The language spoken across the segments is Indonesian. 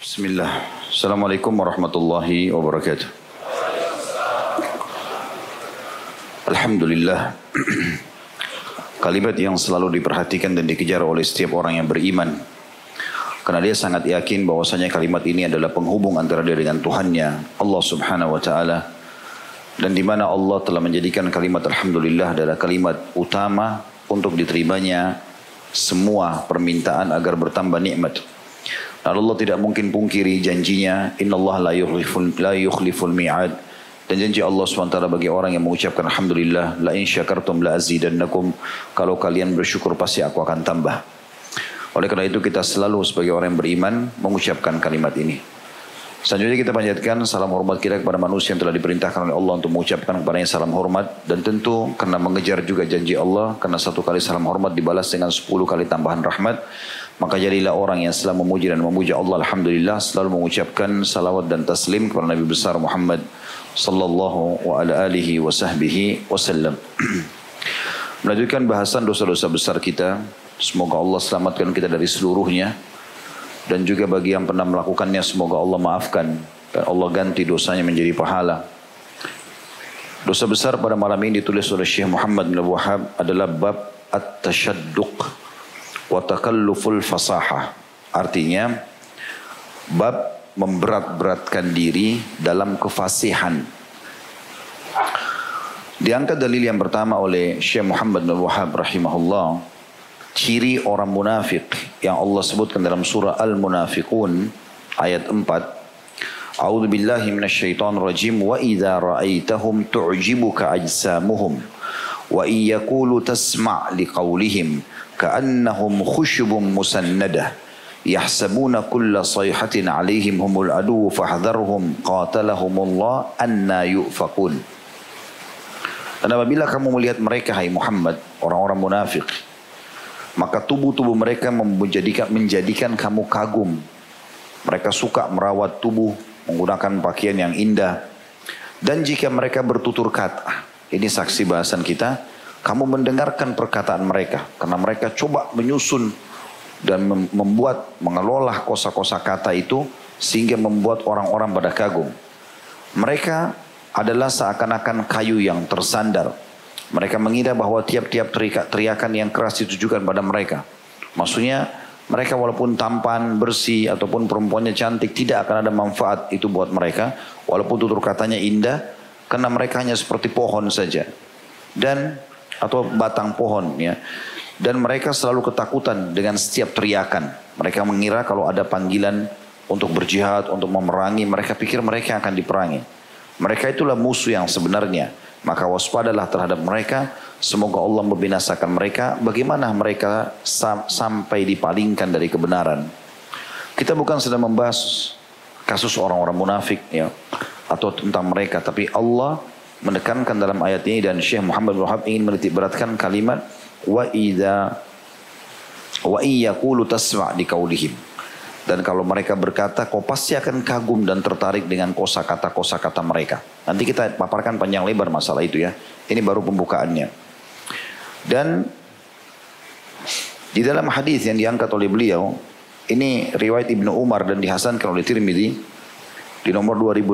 Bismillah. Assalamualaikum warahmatullahi wabarakatuh. Alhamdulillah. Kalimat yang selalu diperhatikan dan dikejar oleh setiap orang yang beriman. Karena dia sangat yakin bahwasanya kalimat ini adalah penghubung antara dia dengan Tuhannya, Allah Subhanahu wa taala. Dan di mana Allah telah menjadikan kalimat alhamdulillah adalah kalimat utama untuk diterimanya semua permintaan agar bertambah nikmat. Dan Allah tidak mungkin pungkiri janjinya, innallaha la yukhliful mi'ad. Dan janji Allah SWT bagi orang yang mengucapkan alhamdulillah, la in syakartum la azidannakum. Kalau kalian bersyukur pasti aku akan tambah. Oleh karena itu kita selalu sebagai orang yang beriman mengucapkan kalimat ini. Selanjutnya kita panjatkan salam hormat kita kepada manusia yang telah diperintahkan oleh Allah untuk mengucapkan kepadanya salam hormat. Dan tentu karena mengejar juga janji Allah, karena satu kali salam hormat dibalas dengan 10 kali tambahan rahmat. Maka jadilah orang yang selalu memuji dan memuja Allah alhamdulillah, selalu mengucapkan salawat dan taslim kepada Nabi besar Muhammad sallallahu wa ala alihi wa sahbihi wasallam. Melanjutkan bahasan dosa-dosa besar kita. Semoga Allah selamatkan kita dari seluruhnya. Dan juga bagi yang pernah melakukannya semoga Allah maafkan dan Allah ganti dosanya menjadi pahala. Dosa besar pada malam ini ditulis oleh Syekh Muhammad bin Abdul Wahhab adalah bab at-tashadduq wa takalluful fasahah. Artinya bab memberat-beratkan diri dalam kefasihan. Diangkat dalil yang pertama oleh Syekh Muhammad bin Abdul Wahhab rahimahullah, ciri orang munafik yang Allah sebutkan dalam surah Al-Munafiqun ayat 4. A'udzu billahi minasyaitonir rajim wa idza ra'aitahum tu'jibuka ajsamuhum wa iyyaqulu tasma' liqaulihim ka'annahum khushubun musannadah yahsabuna kulla sayhatin 'alaihim humul adu fahdharhum qatalahumullah anna yufakun. Dan apabila kamu melihat mereka hai Muhammad, orang-orang munafik, maka tubuh-tubuh mereka menjadikan kamu kagum. Mereka suka merawat tubuh menggunakan pakaian yang indah. Dan jika mereka bertutur kata, ini saksi bahasan kita, kamu mendengarkan perkataan mereka. Karena mereka coba menyusun dan mengelola kosa-kosa kata itu sehingga membuat orang-orang pada kagum. Mereka adalah seakan-akan kayu yang tersandar. Mereka mengira bahwa tiap-tiap teriakan yang keras ditujukan pada mereka. Maksudnya mereka walaupun tampan, bersih ataupun perempuannya cantik tidak akan ada manfaat itu buat mereka. Walaupun tutur katanya indah, karena mereka hanya seperti pohon saja. Atau batang pohon ya. Dan mereka selalu ketakutan dengan setiap teriakan. Mereka mengira kalau ada panggilan untuk berjihad, untuk memerangi, mereka pikir mereka akan diperangi. Mereka itulah musuh yang sebenarnya. Maka waspadalah terhadap mereka. Semoga Allah membinasakan mereka. Bagaimana mereka sampai dipalingkan dari kebenaran. Kita bukan sedang membahas kasus orang-orang munafik ya, atau tentang mereka. Tapi Allah menekankan dalam ayat ini. Dan Syekh Muhammad bin Wahhab ingin menitik beratkan kalimat wa iyyaqulu tasma' liqaulihim. Dan kalau mereka berkata, kau pasti akan kagum dan tertarik dengan kosakata mereka. Nanti kita paparkan panjang lebar masalah itu ya. Ini baru pembukaannya. Dan di dalam hadis yang diangkat oleh beliau, ini riwayat Ibnu Umar dan dihasankan oleh Tirmidzi di nomor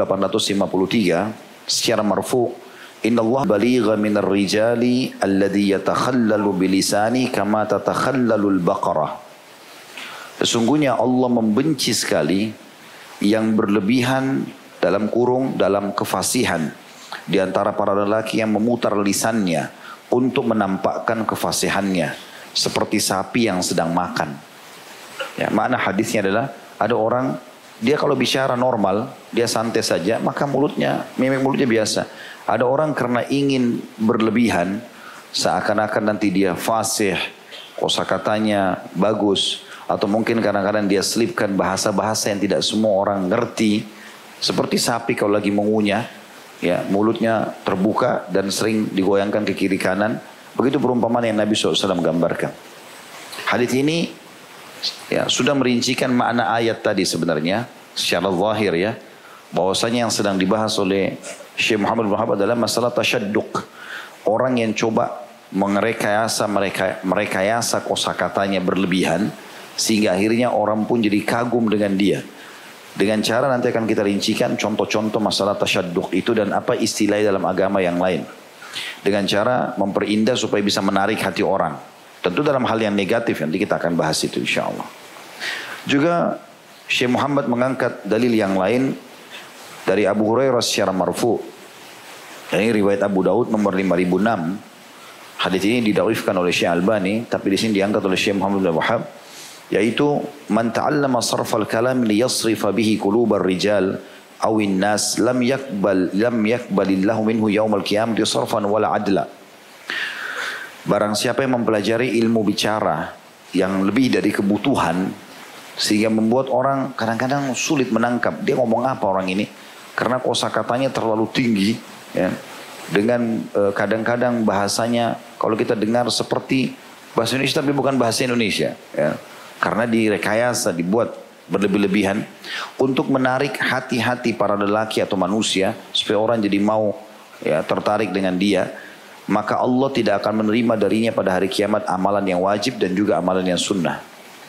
2853 secara marfu'. Inna Allah baligha minar rijali alladhi yatakhallalu bilisani kama tatakhallalul baqarah. Sesungguhnya Allah membenci sekali yang berlebihan dalam kefasihan di antara para lelaki yang memutar lisannya untuk menampakkan kefasihannya seperti sapi yang sedang makan. Ya, makna hadisnya adalah ada orang dia kalau bicara normal, dia santai saja, maka mimik mulutnya biasa. Ada orang karena ingin berlebihan, seakan-akan nanti dia fasih, kosakatanya bagus. Atau mungkin kadang-kadang dia selipkan bahasa-bahasa yang tidak semua orang ngerti. Seperti sapi kalau lagi mengunyah, ya, mulutnya terbuka dan sering digoyangkan ke kiri kanan. Begitu perumpamaan yang Nabi SAW gambarkan. Hadis ini ya, sudah merincikan makna ayat tadi sebenarnya. Secara zahir ya. Bahwasanya yang sedang dibahas oleh Syekh Muhammad bin Wahhab adalah masalah tasyadduq. Orang yang coba merekayasa kosakatanya berlebihan. Sehingga akhirnya orang pun jadi kagum dengan dia. Dengan cara nanti akan kita rincikan contoh-contoh masalah tasyadduq itu dan apa istilahnya dalam agama yang lain. Dengan cara memperindah supaya bisa menarik hati orang. Tentu dalam hal yang negatif, nanti kita akan bahas itu insya Allah. Juga Syekh Muhammad mengangkat dalil yang lain dari Abu Hurairah secara marfu. Ini riwayat Abu Daud nomor 5006. Hadis ini didhaifkan oleh Syekh Albani, tapi di sini diangkat oleh Syekh Muhammad bin Wahhab, yaitu man ta'allama sarfal kalam liyasrifa bihi qulubar rijal awin nas lam yakbalillahu minhu yaumal qiyamati sarfan wala adla. Barang siapa yang mempelajari ilmu bicara yang lebih dari kebutuhan sehingga membuat orang kadang-kadang sulit menangkap dia ngomong apa orang ini karena kosakatanya terlalu tinggi ya. Dengan kadang-kadang bahasanya kalau kita dengar seperti bahasa Indonesia tapi bukan bahasa Indonesia ya. Karena direkayasa, dibuat berlebih-lebihan untuk menarik hati-hati para lelaki atau manusia supaya orang jadi mau ya tertarik dengan dia, maka Allah tidak akan menerima darinya pada hari kiamat amalan yang wajib dan juga amalan yang sunnah.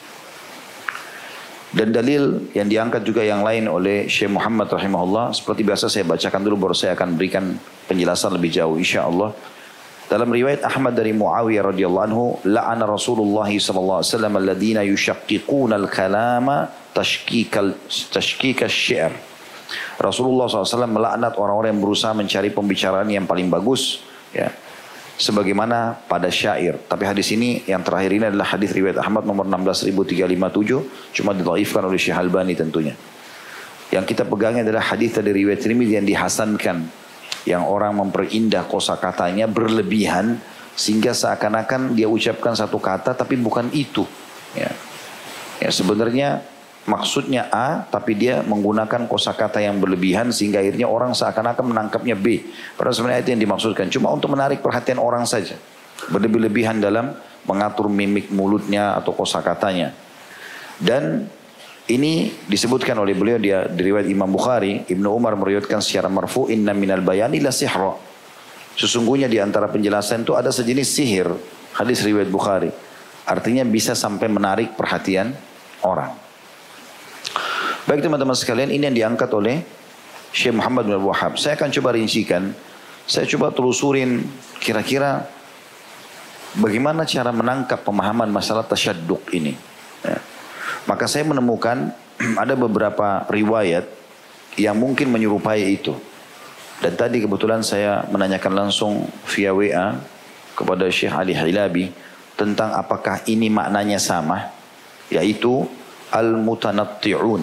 Dan dalil yang diangkat juga yang lain oleh Syekh Muhammad rahimahullah, seperti biasa saya bacakan dulu baru saya akan berikan penjelasan lebih jauh insyaallah. Dalam riwayat Ahmad dari Muawiyah radhiyallahu anhu, la'ana Rasulullah sallallahu alaihi wasallam alladziina yushaqqiquna al-kalama tashkika asy-syi'r. Rasulullah SAW melaknat orang-orang yang berusaha mencari pembicaraan yang paling bagus ya, sebagaimana pada syair. Tapi hadis ini yang terakhir ini adalah hadis riwayat Ahmad nomor 16357, cuma didhaifkan oleh Syekh Albani tentunya. Yang kita pegangnya adalah hadis dari riwayat Tirmidzi yang dihasankan, yang orang memperindah kosakatanya berlebihan sehingga seakan-akan dia ucapkan satu kata tapi bukan itu ya. Ya sebenarnya maksudnya A tapi dia menggunakan kosakata yang berlebihan sehingga akhirnya orang seakan-akan menangkapnya B, padahal sebenarnya itu yang dimaksudkan cuma untuk menarik perhatian orang saja, berlebih-lebihan dalam mengatur mimik mulutnya atau kosakatanya. Dan ini disebutkan oleh beliau dia di riwayat Imam Bukhari, Ibnu Umar meriwayatkan secara marfu, inna minal bayani la sihra. Sesungguhnya di antara penjelasan itu ada sejenis sihir. Hadis riwayat Bukhari. Artinya bisa sampai menarik perhatian orang. Baik teman-teman sekalian, ini yang diangkat oleh Syekh Muhammad bin Wahhab. Saya akan coba rincikan. Saya coba telusurin kira-kira bagaimana cara menangkap pemahaman masalah tasyadduq ini. Ya. Maka saya menemukan ada beberapa riwayat yang mungkin menyerupai itu. Dan tadi kebetulan saya menanyakan langsung via WA kepada Syekh Ali Hilabi tentang apakah ini maknanya sama, yaitu al-mutanatti'un.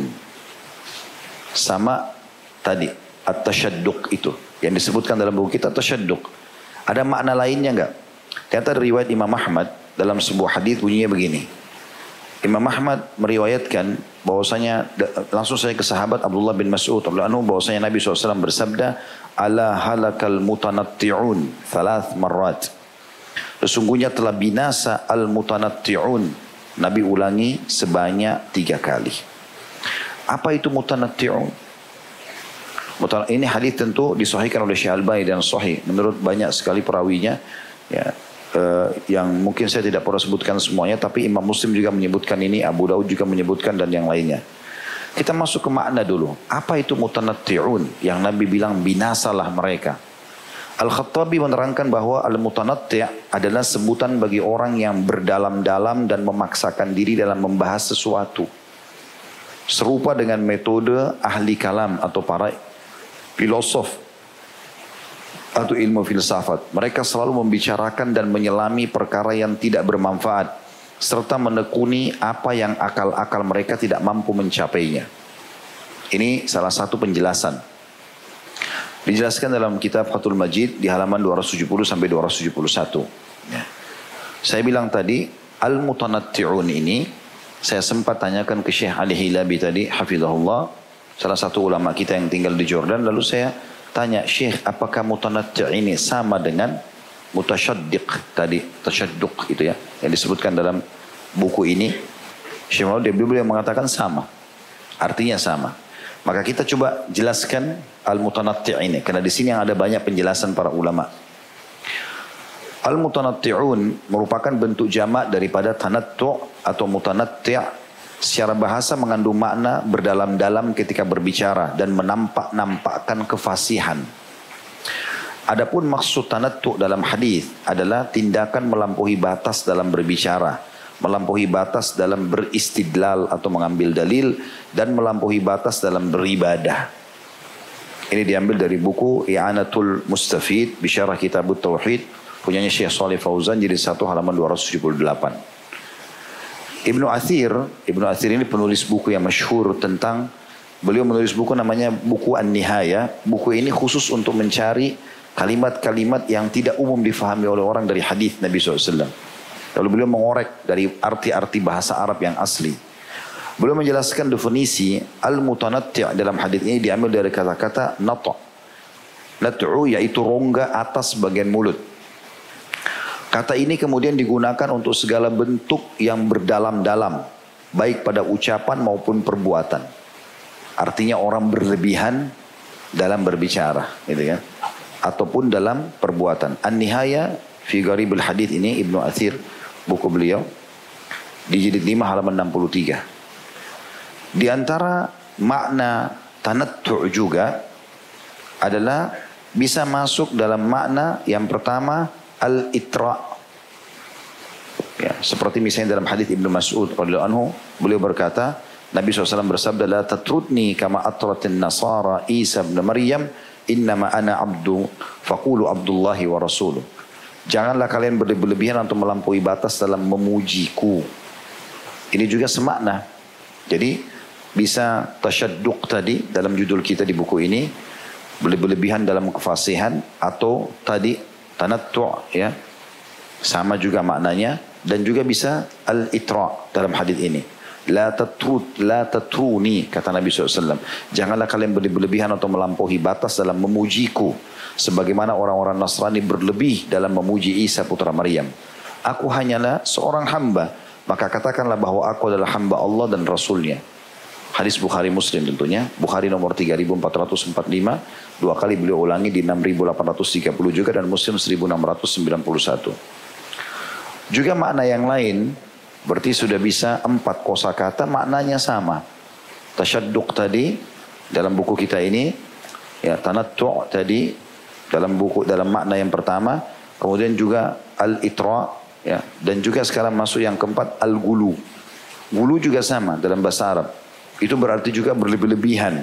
Sama tadi at-tasyadduq itu yang disebutkan dalam buku kita tasyadduq. Ada makna lainnya enggak? Ternyata riwayat Imam Ahmad dalam sebuah hadis bunyinya begini. Imam Ahmad meriwayatkan bahwasanya langsung saya ke sahabat Abdullah bin Mas'ud radhiyallahu anhu bahwasanya Nabi SAW bersabda, ala halakal mutanatti'un 3 marrat. Sesungguhnya telah binasa al mutanatti'un. Nabi ulangi sebanyak 3 kali. Apa itu mutanatti'un? Ini hadis tentu disahihkan oleh Syekh Albani dan sahih menurut banyak sekali perawinya ya. Yang mungkin saya tidak perlu sebutkan semuanya, tapi Imam Muslim juga menyebutkan ini, Abu Daud juga menyebutkan dan yang lainnya. Kita masuk ke makna dulu. Apa itu mutanatti'un yang Nabi bilang binasalah mereka? Al-Khattabi menerangkan bahwa al-mutanatti' adalah sebutan bagi orang yang berdalam-dalam dan memaksakan diri dalam membahas sesuatu. Serupa dengan metode ahli kalam atau para filosof atau ilmu filsafat. Mereka selalu membicarakan dan menyelami perkara yang tidak bermanfaat serta menekuni apa yang akal-akal mereka tidak mampu mencapainya. Ini salah satu penjelasan. Dijelaskan dalam kitab Fathul Majid di halaman 270 sampai 271. Saya bilang tadi al-mutanatti'un ini saya sempat tanyakan ke Syekh Ali Hilabi tadi, hafizahullah, salah satu ulama kita yang tinggal di Jordan. Lalu saya tanya, Syekh, apakah mutanatti' ini sama dengan mutasyaddiq tadi, tasyadduq itu ya, yang disebutkan dalam buku ini? Syekh Muhammad dia mengatakan sama, artinya sama. Maka kita coba jelaskan al-mutanatti' ini, karena di sini yang ada banyak penjelasan para ulama. Al-mutanatti'un merupakan bentuk jamak daripada tanattu' atau mutanatti', secara bahasa mengandung makna berdalam-dalam ketika berbicara dan menampak-nampakkan kefasihan. Adapun maksud tanattu dalam hadis adalah tindakan melampaui batas dalam berbicara, melampaui batas dalam beristidlal atau mengambil dalil, dan melampaui batas dalam beribadah. Ini diambil dari buku I'anatul Mustafid Bisyarah Kitabut Tauhid, punyanya Syekh Shalih Fauzan, jilid 1 halaman 278. Ibnu Athir ini penulis buku yang masyhur tentang, beliau menulis buku namanya buku An-Nihaya. Buku ini khusus untuk mencari kalimat-kalimat yang tidak umum difahami oleh orang dari hadis Nabi SAW. Lalu beliau mengorek dari arti-arti bahasa Arab yang asli. Beliau menjelaskan definisi al-mutanatti' dalam hadis ini diambil dari kata-kata nata'. Nat'u yaitu rongga atas bagian mulut. Kata ini kemudian digunakan untuk segala bentuk yang berdalam-dalam, baik pada ucapan maupun perbuatan. Artinya orang berlebihan dalam berbicara, gitu kan? Ataupun dalam perbuatan. An-Nihaya fi Gharibul Hadits ini Ibnu Athir, buku beliau, di jilid 5 halaman 63. Di antara makna tanattu' juga adalah bisa masuk dalam makna yang pertama al-itra'. Ya, seperti misalnya dalam hadis Ibnu Mas'ud radhiyallahu anhu, beliau berkata, Nabi SAW bersabda, la tatrudni kama atratin nasara Isa bin Maryam, innama ana abdu faqulu abdullahi wa rasuluh. Janganlah kalian berlebihan untuk melampaui batas dalam memujiku. Ini juga semakna. Jadi bisa tasyadduq tadi dalam judul kita di buku ini, berlebihan dalam kefasihan, atau tadi tanattu' ya, sama juga maknanya. Dan juga bisa al-itra' dalam hadis ini. La tatruni, kata Nabi SAW. Janganlah kalian berlebihan atau melampaui batas dalam memujiku, sebagaimana orang-orang Nasrani berlebih dalam memuji Isa putra Maryam. Aku hanyalah seorang hamba, maka katakanlah bahwa aku adalah hamba Allah dan Rasulnya. Hadis Bukhari Muslim tentunya. Bukhari nomor 3445. 2 kali beliau ulangi di 6830 juga, dan Muslim 1691. Juga makna yang lain, berarti sudah bisa 4 kosakata maknanya sama. Tasyadduq tadi dalam buku kita ini, ya, tanattu' tadi dalam makna yang pertama, kemudian juga al-itra', ya, dan juga sekarang masuk yang keempat al-gulu. Gulu juga sama dalam bahasa Arab. Itu berarti juga berlebih-lebihan.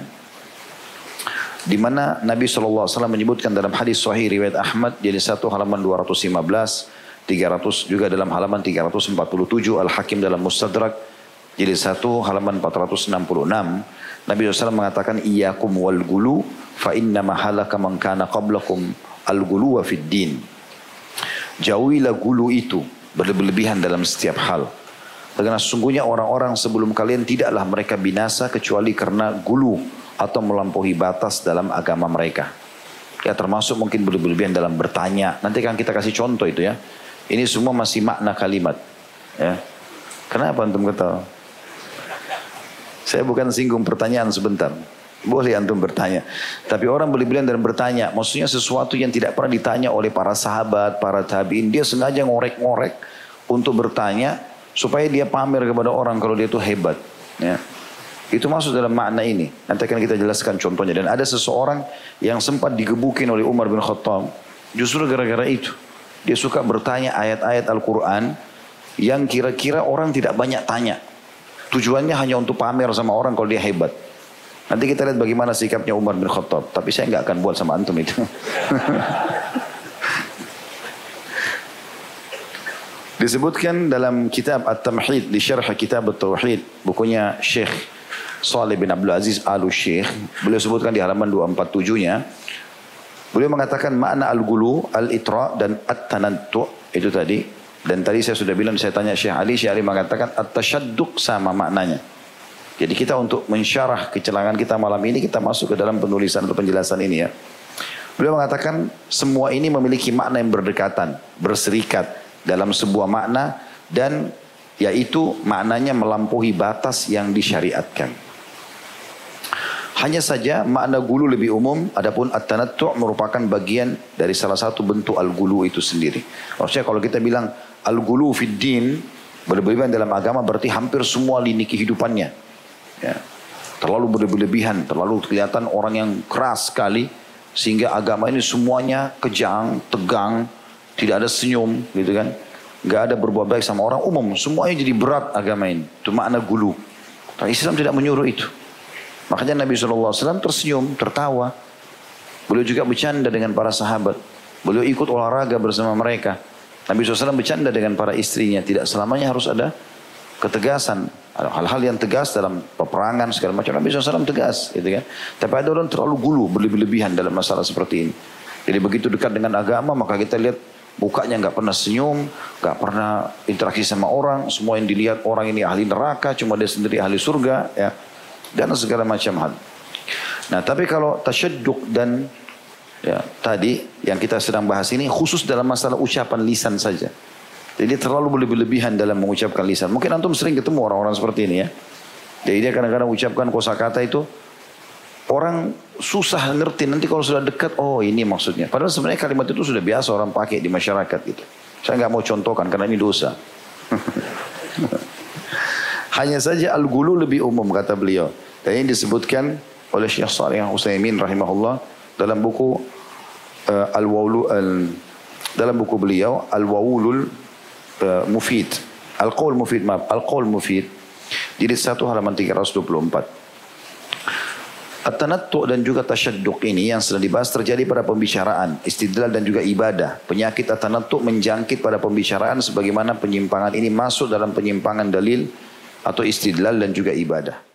Di mana Nabi SAW menyebutkan dalam hadis sahih riwayat Ahmad jadi 1 halaman 215, 300 juga dalam halaman 347, Al-Hakim dalam Mustadrak jadi 1 halaman 466. Nabi SAW mengatakan, iyyakum wal gulu fa inna ma halaka man kana qablakum al-gulu wa fid din. Jauhilah gulu itu, berlebihan dalam setiap hal. Karena sesungguhnya orang-orang sebelum kalian tidaklah mereka binasa kecuali karena gulu atau melampaui batas dalam agama mereka. Ya, termasuk mungkin berlebihan dalam bertanya. Nanti kan kita kasih contoh itu ya. Ini semua masih makna kalimat. Ya. Kenapa antum ketawa? Saya bukan singgung pertanyaan sebentar. Boleh antum bertanya. Tapi orang berlebihan dalam bertanya, maksudnya sesuatu yang tidak pernah ditanya oleh para sahabat, para tabi'in. Dia sengaja ngorek-ngorek untuk bertanya supaya dia pamer kepada orang kalau dia itu hebat. Ya. Itu masuk dalam makna ini. Nanti akan kita jelaskan contohnya. Dan ada seseorang yang sempat digebukin oleh Umar bin Khattab justru gara-gara itu. Dia suka bertanya ayat-ayat Al-Quran yang kira-kira orang tidak banyak tanya. Tujuannya hanya untuk pamer sama orang kalau dia hebat. Nanti kita lihat bagaimana sikapnya Umar bin Khattab. Tapi saya nggak akan buat sama antum itu. Disebutkan dalam kitab At-Tamhid di Syarh Kitab At-Tauhid, bukunya Syekh Shalih bin Abdul Aziz Al-Syekh. Beliau sebutkan di halaman 247-nya. Beliau mengatakan makna al-gulu, al-itra' dan at-tanattu' itu tadi. Dan tadi saya sudah bilang, saya tanya Syekh Ali mengatakan at-tasyadduq sama maknanya. Jadi kita untuk mensyarah kecelakaan kita malam ini, kita masuk ke dalam penulisan atau penjelasan ini ya. Beliau mengatakan semua ini memiliki makna yang berdekatan, berserikat dalam sebuah makna, dan yaitu maknanya melampaui batas yang disyariatkan. Hanya saja makna gulu lebih umum, adapun at-tanattu' merupakan bagian dari salah satu bentuk al-gulu itu sendiri. Maksudnya kalau kita bilang al-gulu fid din, Berlebihan dalam agama berarti hampir semua lini kehidupannya. Ya. Terlalu berlebihan, terlalu kelihatan orang yang keras sekali. Sehingga agama ini semuanya kejang, tegang, tidak ada senyum gitu kan. Gak ada berbuat baik sama orang umum. Semuanya jadi berat agama ini. Itu makna gulu. Tapi Islam tidak menyuruh itu. Makanya Nabi SAW tersenyum, tertawa. Beliau juga bercanda dengan para sahabat. Beliau ikut olahraga bersama mereka. Nabi SAW bercanda dengan para istrinya. Tidak selamanya harus ada ketegasan. Hal-hal yang tegas dalam peperangan segala macam. Nabi SAW tegas. Gitu kan. Tapi ada orang terlalu gulu, berlebihan dalam masalah seperti ini. Jadi begitu dekat dengan agama, maka kita lihat mukanya nggak pernah senyum, nggak pernah interaksi sama orang. Semua yang dilihat orang ini ahli neraka, cuma dia sendiri ahli surga. Ya. Dan segala macam hal. Nah tapi kalau tasyadduk dan ya, tadi yang kita sedang bahas ini khusus dalam masalah ucapan lisan saja. Jadi terlalu berlebihan dalam mengucapkan lisan. Mungkin antum sering ketemu orang-orang seperti ini ya. Jadi dia kadang-kadang ucapkan kosakata itu orang susah ngerti. Nanti kalau sudah dekat, oh ini maksudnya. Padahal sebenarnya kalimat itu sudah biasa orang pakai di masyarakat gitu. Saya nggak mau contohkan karena ini dosa. Hanya saja al-gulu lebih umum kata beliau. Dan ini disebutkan oleh Syekh Shalih Al-Utsaimin rahimahullah dalam buku dalam buku beliau Al-Wawulul Mufid. Al-Qaul Mufid, maaf, Al-Qaul Mufid. Jilid 1 halaman 324. At-tanattu dan juga tasyadduq ini yang sedang dibahas terjadi pada pembicaraan, istidlal dan juga ibadah. Penyakit at-tanattu menjangkit pada pembicaraan sebagaimana penyimpangan ini masuk dalam penyimpangan dalil atau istidlal dan juga ibadah.